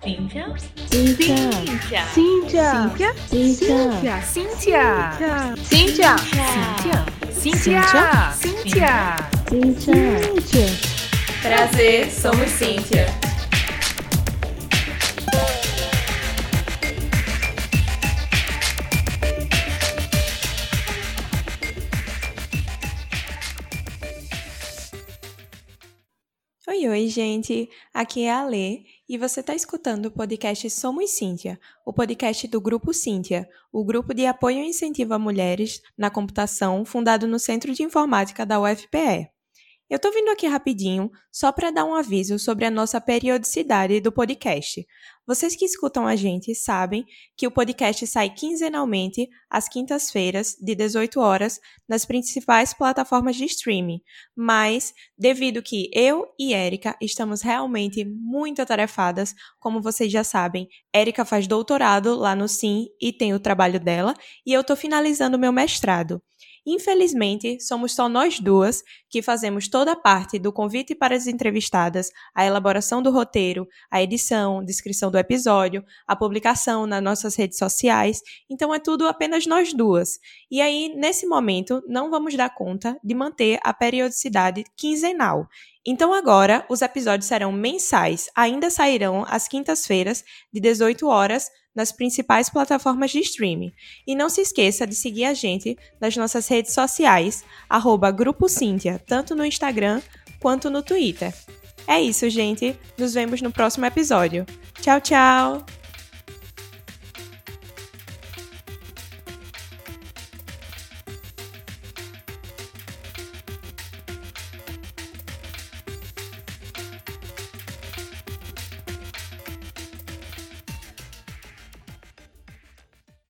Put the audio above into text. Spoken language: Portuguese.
Cíntia? Cíntia. Cíntia? Cíntia. Cíntia? Cíntia. Cíntia? Prazer, somos Cíntia. Oi, gente! Aqui é a Lê e você está escutando o podcast Somos Cíntia, o podcast do Grupo Cíntia, o grupo de apoio e incentivo a mulheres na computação fundado no Centro de Informática da UFPE. Eu estou vindo aqui rapidinho só para dar um aviso sobre a nossa periodicidade do podcast. Vocês que escutam a gente sabem que o podcast sai quinzenalmente às quintas-feiras, de 18 horas, nas principais plataformas de streaming. Mas, devido que eu e Érica estamos realmente muito atarefadas, como vocês já sabem, Érica faz doutorado lá no SIM e tem o trabalho dela, e eu estou finalizando o meu mestrado. Infelizmente, somos só nós duas que fazemos toda a parte do convite para as entrevistadas, a elaboração do roteiro, a edição, descrição do episódio, a publicação nas nossas redes sociais, então é tudo apenas nós duas. E aí, nesse momento, não vamos dar conta de manter a periodicidade quinzenal. Então agora, os episódios serão mensais, ainda sairão às quintas-feiras, de 18 horas, nas principais plataformas de streaming. E não se esqueça de seguir a gente nas nossas redes sociais, @Grupo Cíntia, tanto no Instagram quanto no Twitter. É isso, gente. Nos vemos no próximo episódio. Tchau, tchau!